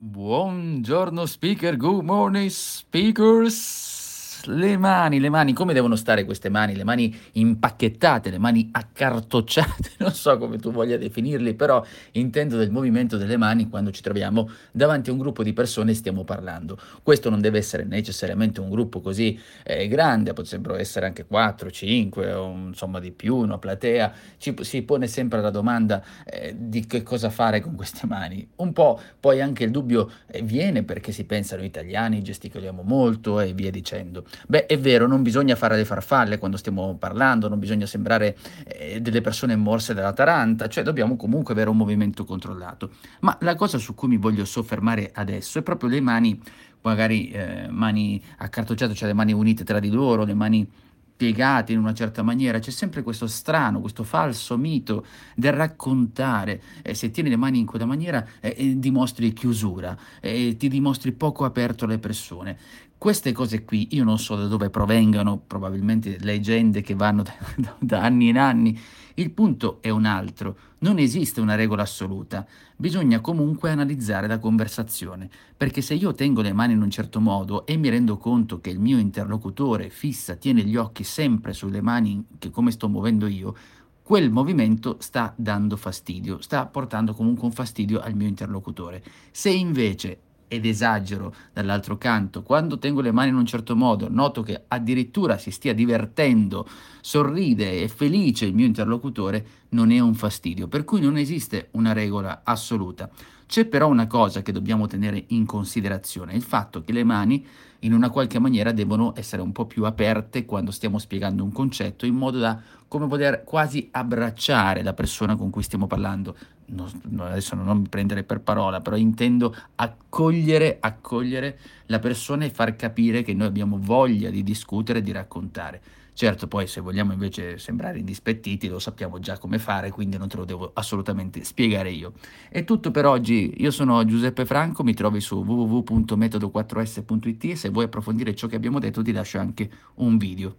Buongiorno speaker, good morning speakers. Le mani, come devono stare queste mani? Le mani impacchettate, le mani accartocciate, non so come tu voglia definirli, però intendo del movimento delle mani quando ci troviamo davanti a un gruppo di persone e stiamo parlando. Questo non deve essere necessariamente un gruppo così grande, potrebbero essere anche 4, 5 o insomma di più, una platea. Si pone sempre la domanda di che cosa fare con queste mani. Un po' poi anche il dubbio viene perché si pensa noi italiani gesticoliamo molto e via dicendo. Beh, è vero, non bisogna fare le farfalle quando stiamo parlando, non bisogna sembrare delle persone morse dalla taranta, cioè dobbiamo comunque avere un movimento controllato. Ma la cosa su cui mi voglio soffermare adesso è proprio le mani, magari mani accartocciate, cioè le mani unite tra di loro, le mani piegate in una certa maniera. C'è sempre questo strano, questo falso mito del raccontare. Se tieni le mani in quella maniera dimostri chiusura, ti dimostri poco aperto alle persone. Queste cose qui io non so da dove provengano, probabilmente leggende che vanno da anni in anni. Il punto è un altro: non esiste una regola assoluta, bisogna comunque analizzare la conversazione, perché se io tengo le mani in un certo modo e mi rendo conto che il mio interlocutore tiene gli occhi sempre sulle mani che come sto muovendo io, quel movimento sta dando fastidio, sta portando comunque un fastidio al mio interlocutore. Se invece, ed esagero dall'altro canto, quando tengo le mani in un certo modo, noto che addirittura si stia divertendo, sorride, è felice il mio interlocutore, non è un fastidio. Per cui non esiste una regola assoluta. C'è però una cosa che dobbiamo tenere in considerazione: il fatto che le mani in una qualche maniera devono essere un po' più aperte quando stiamo spiegando un concetto, in modo da come poter quasi abbracciare la persona con cui stiamo parlando. Adesso non mi prendere per parola, però intendo accogliere la persona e far capire che noi abbiamo voglia di discutere, di raccontare. Certo, poi se vogliamo invece sembrare indispettiti lo sappiamo già come fare, quindi non te lo devo assolutamente spiegare io. È tutto per oggi. Io sono Giuseppe Franco, mi trovi su www.metodo4s.it e se vuoi approfondire ciò che abbiamo detto ti lascio anche un video.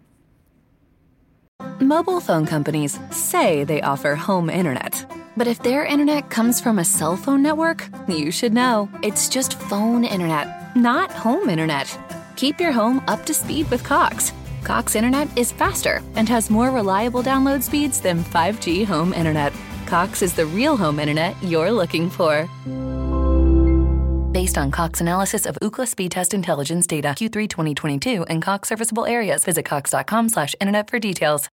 Mobile phone companies say they offer home internet. But if their internet comes from a cell phone network, you should know. It's just phone internet, not home internet. Keep your home up to speed with Cox. Cox internet is faster and has more reliable download speeds than 5G home internet. Cox is the real home internet you're looking for. Based on Cox analysis of Ookla speed test intelligence data Q3 2022 and Cox serviceable areas, visit cox.com/internet for details.